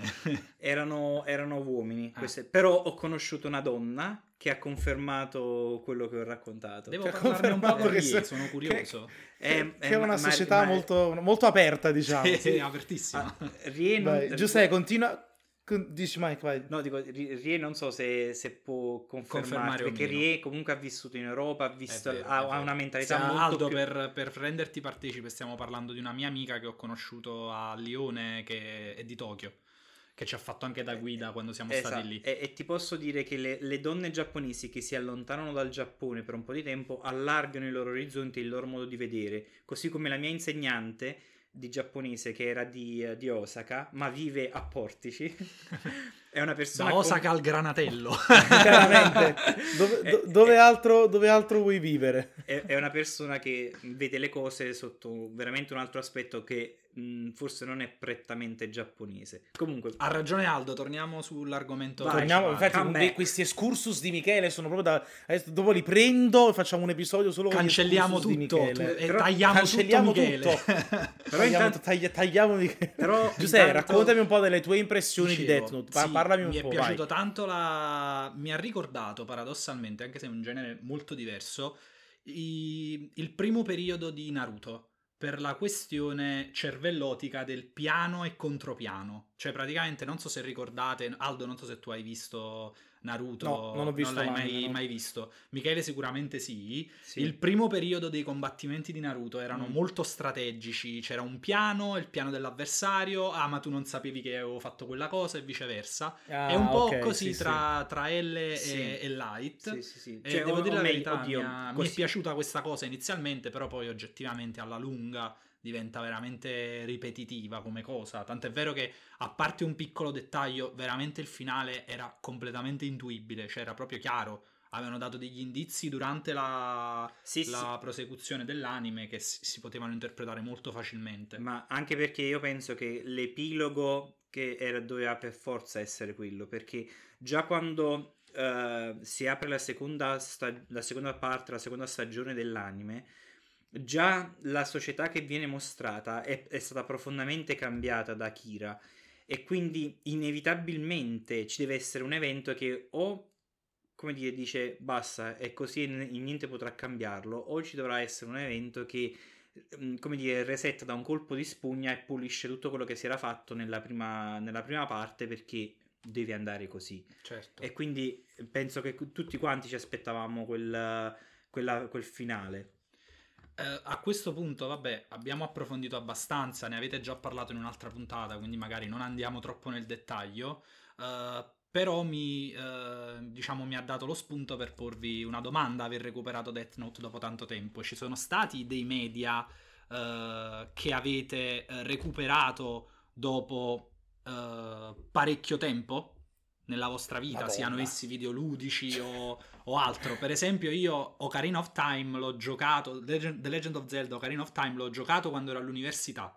erano uomini, però ho conosciuto una donna che ha confermato quello che ho raccontato. Devo parlarne un po' con sono curioso. Che è una società molto, molto aperta, diciamo. Sì, apertissima. Giuseppe, continua. Dici Mike, vai. No, dico, Rie non so se può confermare perché Rie comunque ha vissuto in Europa, ha una mentalità molto Aldo, per renderti partecipe, stiamo parlando di una mia amica che ho conosciuto a Lione, che è di Tokyo, che ci ha fatto anche da guida quando siamo stati lì. E ti posso dire che le donne giapponesi che si allontanano dal Giappone per un po' di tempo allargano i loro orizzonti e il loro modo di vedere, così come la mia insegnante di giapponese che era di Osaka, ma vive a Portici. È una persona da Osaka al Granatello. Veramente. Dove altro vuoi vivere? È una persona che vede le cose sotto veramente un altro aspetto che forse non è prettamente giapponese. Comunque ha ragione Aldo, torniamo sull'argomento. Torniamo, infatti questi excursus di Michele sono proprio dopo li prendo e facciamo un episodio solo con cancelliamo tutto e tagliamo tutto Michele. Però tagliamo Michele. Però Giuseppe, raccontami un po' delle tue impressioni di Death Note. Parlami un po'. Mi è piaciuto tanto mi ha ricordato paradossalmente, anche se è un genere molto diverso, il primo periodo di Naruto, per la questione cervellotica del piano e contropiano. Cioè praticamente, non so se ricordate, Aldo, non so se tu hai visto Naruto. No, non ho visto. Non l'hai mai visto. Michele sicuramente sì. Il primo periodo dei combattimenti di Naruto erano molto strategici. C'era un piano, il piano dell'avversario. Ma tu non sapevi che avevo fatto quella cosa e viceversa. È un po' così tra L e Light. Sì. E devo dire la verità, mi è piaciuta questa cosa inizialmente, però poi oggettivamente alla lunga diventa veramente ripetitiva come cosa. Tant'è vero che, a parte un piccolo dettaglio, veramente il finale era completamente intuibile, cioè era proprio chiaro. Avevano dato degli indizi durante la prosecuzione dell'anime che si potevano interpretare molto facilmente. Ma anche perché io penso che l'epilogo doveva per forza essere quello, perché già quando si apre la seconda parte, la seconda stagione dell'anime, già la società che viene mostrata è stata profondamente cambiata da Akira, e quindi inevitabilmente ci deve essere un evento che come dire, dice basta, è così e niente potrà cambiarlo, o ci dovrà essere un evento che, come dire, resetta da un colpo di spugna e pulisce tutto quello che si era fatto nella prima parte, perché deve andare così. Certo. E quindi penso che tutti quanti ci aspettavamo quel finale. A questo punto, vabbè, abbiamo approfondito abbastanza, ne avete già parlato in un'altra puntata, quindi magari non andiamo troppo nel dettaglio, però mi ha dato lo spunto per porvi una domanda, aver recuperato Death Note dopo tanto tempo. Ci sono stati dei media che avete recuperato dopo parecchio tempo nella vostra vita, Madonna, siano essi videoludici o altro? Per esempio, io Ocarina of Time l'ho giocato, The Legend of Zelda Ocarina of Time l'ho giocato quando ero all'università,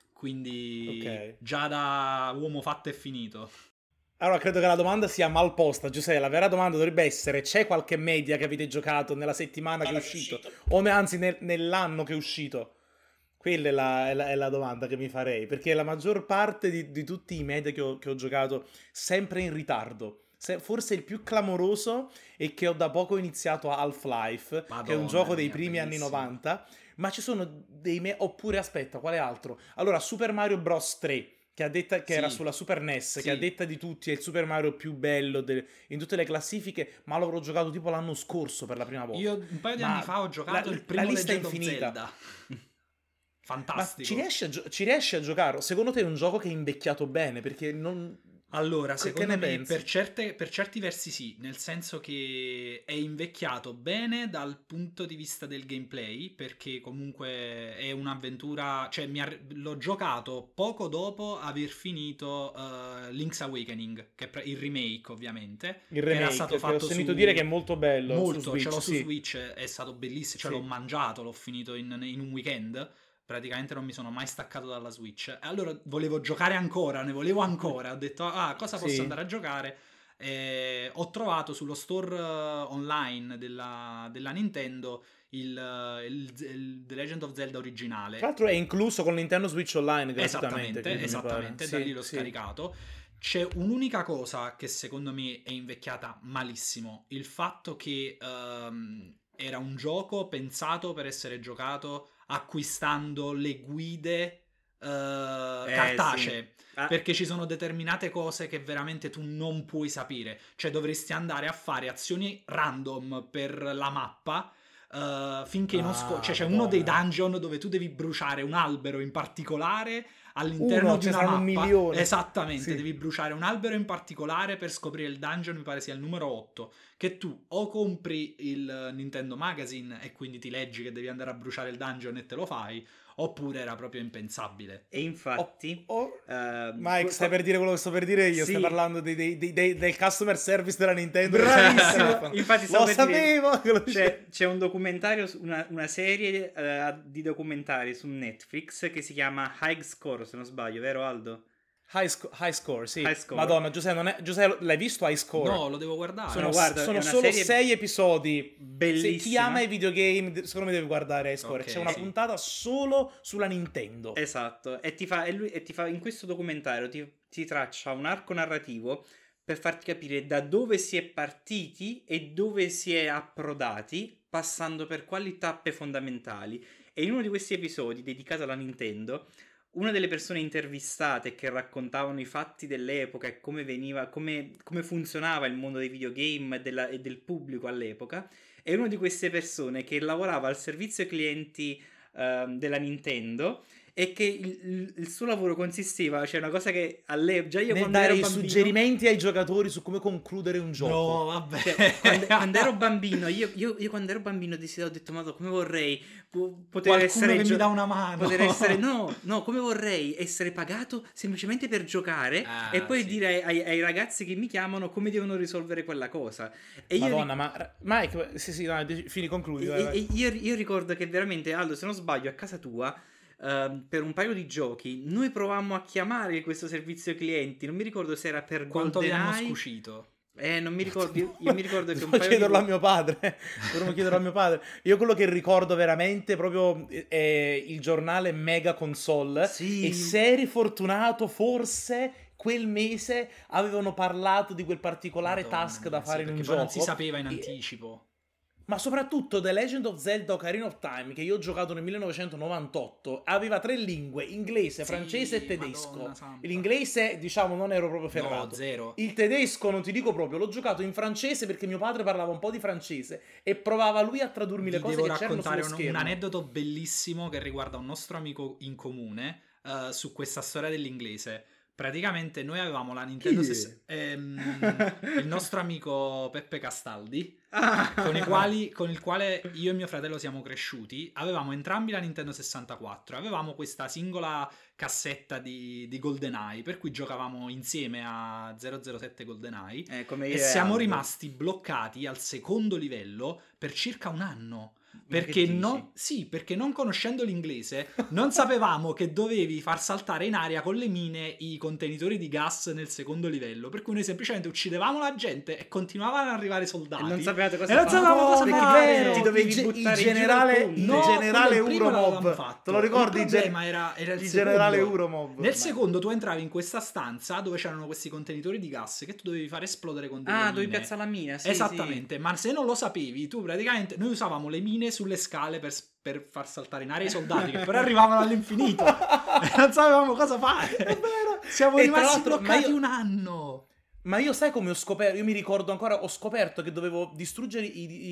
quindi già da uomo fatto e finito. Allora, credo che la domanda sia mal posta, Giuseppe. La vera domanda dovrebbe essere: c'è qualche media che avete giocato nella settimana che è uscito? O anzi nell'anno che è uscito? Quella è la domanda che mi farei, perché la maggior parte di tutti i media che ho giocato sempre in ritardo. Forse il più clamoroso è che ho da poco iniziato Half-Life, che è un gioco dei primi anni 90, ma ci sono oppure aspetta, quale altro? Allora, Super Mario Bros. 3, che era sulla Super NES, che a detta di tutti è il Super Mario più bello in tutte le classifiche, ma l'avrò giocato tipo l'anno scorso per la prima volta. Io un paio di anni fa ho giocato il primo Legend of Zelda. Fantastico. Ma ci riesci a giocare? Secondo te è un gioco che è invecchiato bene? Perché non... Allora, secondo me per certi versi sì, nel senso che è invecchiato bene dal punto di vista del gameplay, perché comunque è un'avventura, cioè l'ho giocato poco dopo aver finito Link's Awakening, che è il remake ovviamente. Il remake, era stato fatto ho sentito dire che è molto bello. Molto, su Switch, ce l'ho su Switch, è stato bellissimo, cioè l'ho mangiato, l'ho finito in un weekend. Praticamente non mi sono mai staccato dalla Switch. E allora volevo giocare ancora, ne volevo ancora. Ho detto, cosa posso andare a giocare? E ho trovato sullo store online della Nintendo The Legend of Zelda originale. Tra l'altro è incluso con Nintendo Switch Online gratuitamente. Esattamente, da lì l'ho scaricato. C'è un'unica cosa che secondo me è invecchiata malissimo. Il fatto che era un gioco pensato per essere giocato acquistando le guide cartacee, perché ci sono determinate cose che veramente tu non puoi sapere, cioè dovresti andare a fare azioni random per la mappa finché non c'è uno dei dungeon dove tu devi bruciare un albero in particolare all'interno di una mappa. Un milione. Esattamente, sì. Devi bruciare un albero in particolare per scoprire il dungeon, mi pare sia il numero 8, che tu o compri il Nintendo Magazine e quindi ti leggi che devi andare a bruciare il dungeon e te lo fai, oppure era proprio impensabile. E infatti Mike, stai per dire quello che sto per dire io, sì. Stai parlando del customer service della Nintendo. Bravissimo. Infatti lo sapevo. C'è un documentario, una serie di documentari su Netflix che si chiama High Score, se non sbaglio, vero Aldo? High Score, sì. High Score. Madonna, Giuseppe, l'hai visto High Score? No, lo devo guardare. Sono solo 6 episodi. Bellissima. Se chi ama i videogame, secondo me deve guardare High Score. Okay, c'è una puntata solo sulla Nintendo. Esatto. E ti fa in questo documentario ti traccia un arco narrativo per farti capire da dove si è partiti e dove si è approdati, passando per quali tappe fondamentali. E in uno di questi episodi dedicato alla Nintendo, una delle persone intervistate che raccontavano i fatti dell'epoca e come funzionava il mondo dei videogame e del pubblico all'epoca, è una di queste persone che lavorava al servizio clienti della Nintendo, e che il suo lavoro consisteva, cioè una cosa che già io quando ero bambino, suggerimenti ai giocatori su come concludere un gioco. No, vabbè. Cioè, quando ero bambino, io quando ero bambino ho detto, ma come vorrei poter essere che mi dà una mano. Poter essere no, come vorrei essere pagato semplicemente per giocare e poi dire ai ragazzi che mi chiamano come devono risolvere quella cosa. E Madonna, ma Mike, sì, no, fini, concludi. E io ricordo che veramente, Aldo, se non sbaglio, a casa tua per un paio di giochi noi provammo a chiamare questo servizio clienti, non mi ricordo se era per quanto GoldenEye. abbiamo scucito. Non mi ricordo, io mi ricordo che un paio chiederlo a mio padre. Dovremmo chiederlo a mio padre. Io quello che ricordo veramente proprio è il giornale Mega Console. Sì. E se eri fortunato, forse quel mese avevano parlato di quel particolare task da fare in un gioco. Non si sapeva in anticipo. Ma soprattutto The Legend of Zelda Ocarina of Time, che io ho giocato nel 1998, aveva 3 lingue, inglese, francese e tedesco. L'inglese, diciamo, non ero proprio ferrato. No, zero. Il tedesco non ti dico proprio, l'ho giocato in francese perché mio padre parlava un po' di francese e provava lui a tradurmi le cose che c'erano sullo schermo. Un aneddoto bellissimo che riguarda un nostro amico in comune su questa storia dell'inglese. Praticamente noi avevamo la Nintendo il nostro amico Peppe Castaldi, con il quale io e mio fratello siamo cresciuti. Avevamo entrambi la Nintendo 64, avevamo questa singola cassetta di GoldenEye, per cui giocavamo insieme a 007 GoldenEye e siamo rimasti bloccati al secondo livello per circa un anno. Perché non conoscendo l'inglese non sapevamo che dovevi far saltare in aria con le mine i contenitori di gas nel secondo livello, per cui noi semplicemente uccidevamo la gente e continuavano ad arrivare soldati e non sapevate cosa fare. Ti dovevi buttare il generale Euromob. Te lo ricordi? Il problema era il generale Euromob. Nel secondo tu entravi in questa stanza dove c'erano questi contenitori di gas che tu dovevi far esplodere con delle mine. Dovevi piazzare la mina. Esattamente, sì. Ma se non lo sapevi tu praticamente, noi usavamo le mine sulle scale per far saltare in aria i soldati che però arrivavano all'infinito e non sapevamo cosa fare. È vero. Siamo rimasti bloccati un anno. Ma io sai come ho scoperto? Io mi ricordo ancora, ho scoperto che dovevo distruggere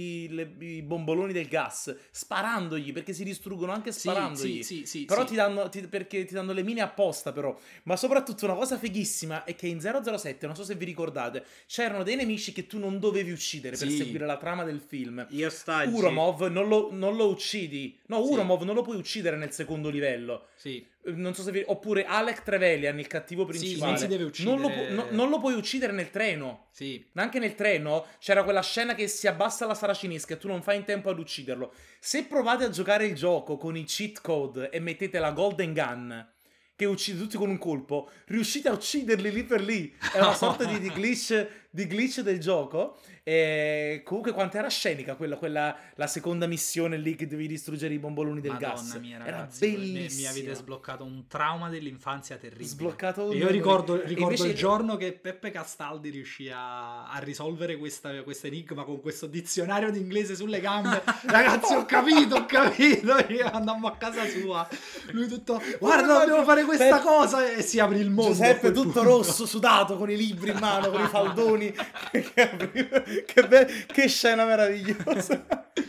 i bomboloni del gas sparandogli, perché si distruggono anche sparandogli. Sì. Però perché ti danno le mine apposta, però. Ma soprattutto una cosa fighissima è che in 007, non so se vi ricordate, c'erano dei nemici che tu non dovevi uccidere per seguire la trama del film. Io staggi. Uromov non lo uccidi. No, Uromov non lo puoi uccidere nel secondo livello. Sì. Non so se oppure Alec Trevelyan, il cattivo principale. Non si deve uccidere. Non lo puoi uccidere nel treno. Sì. Anche nel treno c'era quella scena che si abbassa la saracinesca e tu non fai in tempo ad ucciderlo. Se provate a giocare il gioco con i cheat code e mettete la Golden Gun, che uccide tutti con un colpo, riuscite a ucciderli lì per lì. È una sorta di glitch del gioco. E comunque quanto era scenica quella la seconda missione lì che devi distruggere i bomboloni del gas. Madonna mia, ragazzi, era bellissima. Mi avete sbloccato un trauma dell'infanzia terribile. Io ricordo invece il giorno che Peppe Castaldi riuscì a risolvere questo enigma con questo dizionario d'inglese sulle gambe. Ragazzi, ho capito. Io andammo a casa sua, lui tutto, guarda, dobbiamo fare questa cosa, e si apre il mondo. Giuseppe tutto rosso, sudato, con i libri in mano, con i faldoni. Che scena meravigliosa.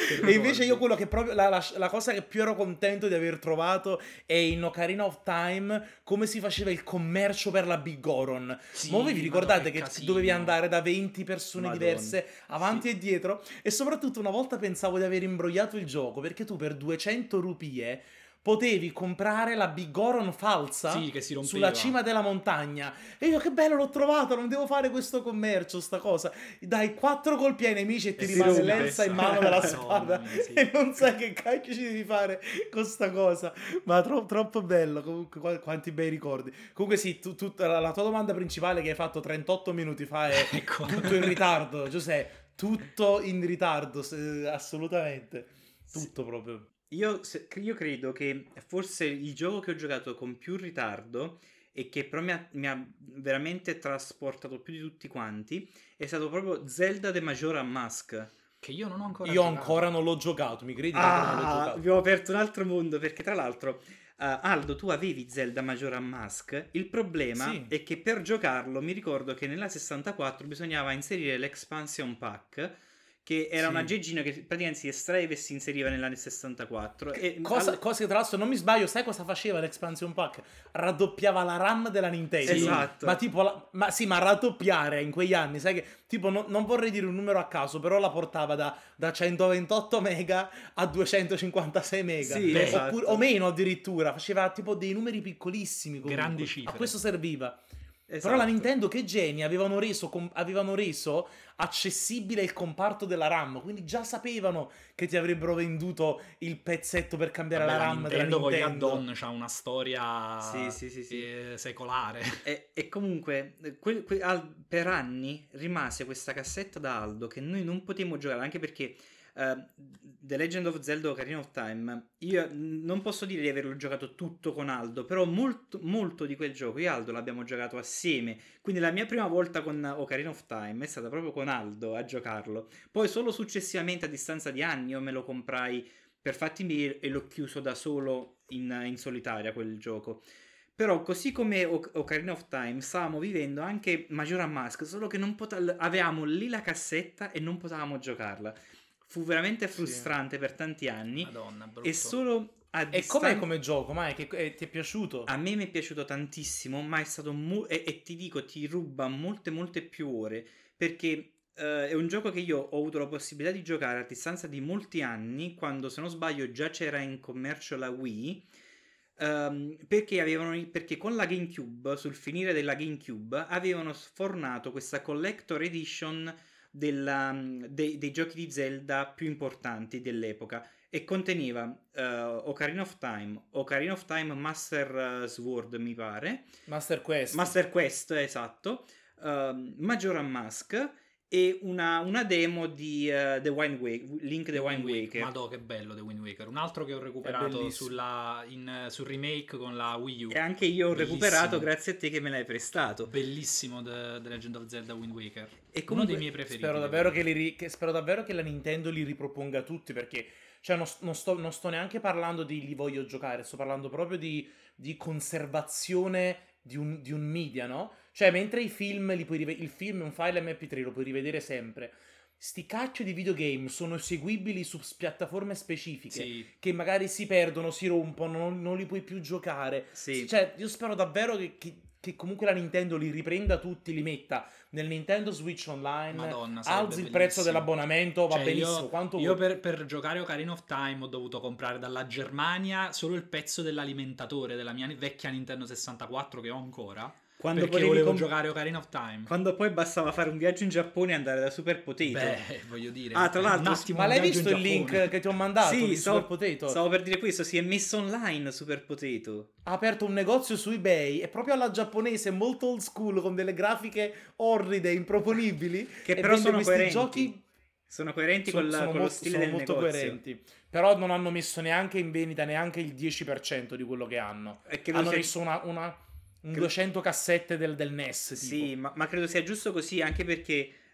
E invece io quello che proprio la cosa che più ero contento di aver trovato è in Ocarina of Time come si faceva il commercio per la Big Goron. Sì, ma voi vi ricordate che casino. dovevi andare da 20 persone diverse avanti e dietro? E soprattutto una volta pensavo di aver imbrogliato il gioco, perché tu per 200 rupie potevi comprare la Big Goron falsa che si rompeva sulla cima della montagna. E io che bello, l'ho trovato, non devo fare questo commercio, sta cosa. Dai 4 colpi ai nemici e ti rimane l'elsa in mano della spada e non sai che cacchio ci devi fare con sta cosa. Ma troppo bello, comunque quanti bei ricordi. Comunque sì, la tua domanda principale che hai fatto 38 minuti fa è tutto in ritardo, Giuseppe, tutto in ritardo, assolutamente. Tutto proprio. Io credo che forse il gioco che ho giocato con più ritardo e che però mi ha veramente trasportato più di tutti quanti è stato proprio Zelda The Majora's Mask. Che io non ho ancora giocato. ancora non l'ho giocato, mi credi? Non l'ho giocato. Abbiamo aperto un altro mondo, perché tra l'altro Aldo, tu avevi Zelda Majora's Mask. Il problema è che per giocarlo mi ricordo che nella 64 bisognava inserire l'expansion pack, che era una geggina che praticamente si estraeva e si inseriva nella 64. Cosa che tra l'altro non mi sbaglio, sai cosa faceva l'expansion pack? Raddoppiava la RAM della Nintendo. Esatto. Ma tipo, ma raddoppiare in quegli anni, sai che tipo non vorrei dire un numero a caso, però la portava da 128 mega a 256 mega. Sì, esatto. O meno addirittura, faceva tipo dei numeri piccolissimi comunque. Grandi cifre. A questo serviva. Esatto. Però la Nintendo, che geni, avevano reso accessibile il comparto della RAM, quindi già sapevano che ti avrebbero venduto il pezzetto per cambiare la RAM della Nintendo. Con gli add-on c'ha una storia secolare. E comunque per anni rimase questa cassetta da Aldo che noi non potemmo giocare, anche perché The Legend of Zelda Ocarina of Time, io non posso dire di averlo giocato tutto con Aldo, però molto di quel gioco io e Aldo l'abbiamo giocato assieme, quindi la mia prima volta con Ocarina of Time è stata proprio con Aldo a giocarlo. Poi solo successivamente, a distanza di anni, io me lo comprai per fatti miei e l'ho chiuso da solo in solitaria quel gioco. Però così come Ocarina of Time stavamo vivendo anche Majora's Mask, solo che avevamo lì la cassetta e non potevamo giocarla. Fu veramente frustrante per tanti anni. Madonna, brutto. E solo a distanza... E com'è come gioco? Ti è piaciuto? A me mi è piaciuto tantissimo, ma è stato e ti dico, ti ruba molte più ore, perché è un gioco che io ho avuto la possibilità di giocare a distanza di molti anni, quando se non sbaglio già c'era in commercio la Wii, perché con la GameCube, sul finire della GameCube, avevano sfornato questa Collector Edition dei giochi di Zelda più importanti dell'epoca, e conteneva Ocarina of Time Master Sword, mi pare, Master Quest, esatto, Majora's Mask e una demo di The Wind Waker, Link The Wind Waker. Madò, che bello The Wind Waker. Un altro che ho recuperato sul remake con la Wii U. E anche io ho recuperato grazie a te che me l'hai prestato. Bellissimo The Legend of Zelda Wind Waker. E uno dei miei preferiti. Spero davvero che la Nintendo li riproponga tutti, perché cioè non sto neanche parlando di li voglio giocare, sto parlando proprio di conservazione di un media, no? Cioè, mentre i film il film è un file MP3, lo puoi rivedere sempre. Sti cacchio di videogame sono eseguibili su piattaforme specifiche che magari si perdono, si rompono, non li puoi più giocare. Sì. Cioè, io spero davvero che comunque la Nintendo li riprenda tutti, li metta nel Nintendo Switch Online. Madonna, alzi il prezzo dell'abbonamento, va benissimo. Io per giocare Ocarina of Time ho dovuto comprare dalla Germania solo il pezzo dell'alimentatore della mia vecchia Nintendo 64 che ho ancora. Perché volevo giocare Ocarina of Time. Quando poi bastava fare un viaggio in Giappone e andare da Super Potato. Beh, voglio dire. Tra l'altro, ma l'hai visto il link che ti ho mandato? Sì, Super Potato. Stavo per dire questo, si è messo online Super Potato. Ha aperto un negozio su eBay, è proprio alla giapponese, molto old school, con delle grafiche orride, improponibili. Che però sono coerenti. Giochi sono coerenti con lo stile del molto negozio. Coerenti. Però non hanno messo neanche in vendita neanche il 10% di quello che hanno. Hanno messo un 200 cassette del NES tipo. Sì, ma credo sia giusto così, anche perché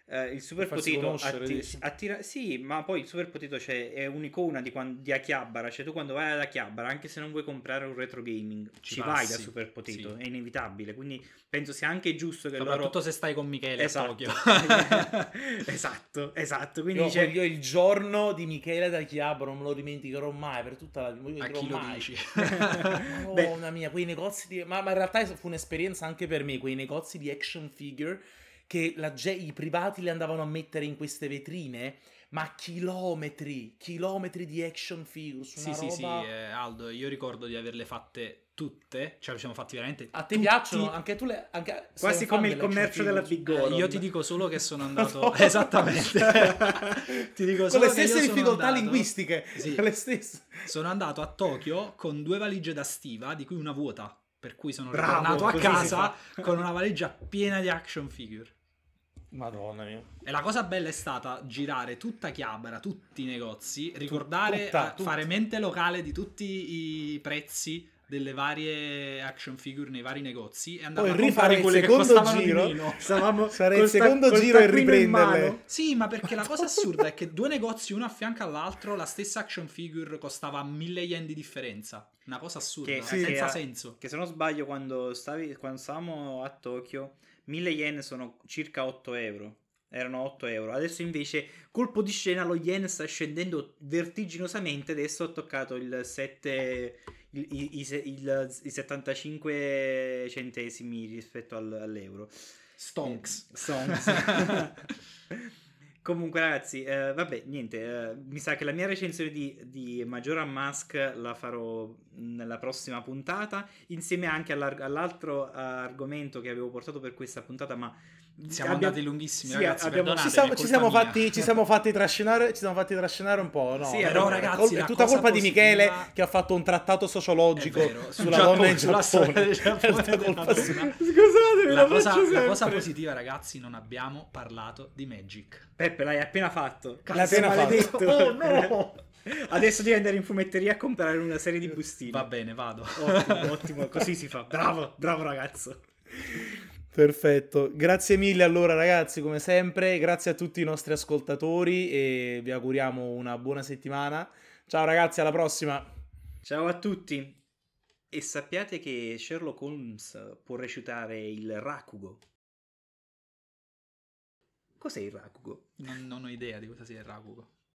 il Super Potato attira, sì, ma poi il Super Potato è un'icona di Akihabara, cioè tu quando vai ad Akihabara, anche se non vuoi comprare un retro gaming, ci vai da Super Potato, sì. È inevitabile, quindi penso sia anche giusto che soprattutto se stai con Michele, esatto, a Tokyo. esatto, quindi io il giorno di Michele ad Akihabara non me lo dimenticherò mai per tutta la vita. A chi lo dici? Madonna mia, quei negozi ma in realtà fu un'esperienza anche per me, quei negozi di action figure che i privati le andavano a mettere in queste vetrine, ma chilometri di action figures. Sì, Aldo, io ricordo di averle fatte tutte, cioè ci siamo fatti veramente a te piacciono? Anche tu quasi come il commercio della Big Goron. Io ti dico solo che sono andato esattamente ti dico solo con le stesse difficoltà linguistiche, sì, le stesse. Sono andato a Tokyo con 2 valigie da stiva, di cui una vuota, per cui sono ritornato a casa con una valigia piena di action figure. Madonna mia. E la cosa bella è stata girare tutta Akihabara, tutti i negozi, ricordare, fare mente locale di tutti i prezzi delle varie action figure nei vari negozi e andare a rifare quelle che costavano di meno. Fare il secondo giro e riprenderle. Sì, ma perché la cosa assurda è che 2 negozi uno a fianco all'altro, la stessa action figure costava 1000 yen di differenza. Una cosa assurda, senza senso. Che se non sbaglio quando stavamo a Tokyo, 1000 yen sono circa 8 euro. Erano 8 euro. Adesso invece, colpo di scena, lo yen sta scendendo vertiginosamente. Adesso ho toccato il 75 centesimi rispetto all'euro. Stonks. Comunque ragazzi, vabbè, niente, mi sa che la mia recensione di Majora Mask la farò nella prossima puntata, insieme anche all'altro argomento che avevo portato per questa puntata, ma siamo andati lunghissimi, ragazzi, ci siamo fatti trascinare un po', no? Sì, però ragazzi, è tutta colpa di Michele che ha fatto un trattato sociologico sulla donna in Giappone. Scusate, la cosa positiva, ragazzi, non abbiamo parlato di Magic. Peppe, l'hai appena fatto. Cazzo, maledetto. Oh no! Adesso devi andare in fumetteria a comprare una serie di bustine. Va bene, vado. Ottimo, così si fa. Bravo ragazzo. Perfetto, grazie mille allora ragazzi, come sempre, grazie a tutti i nostri ascoltatori e vi auguriamo una buona settimana. Ciao ragazzi, alla prossima. Ciao a tutti. E sappiate che Sherlock Holmes può recitare il Rakugo. Cos'è il Rakugo? Non ho idea di cosa sia il Rakugo.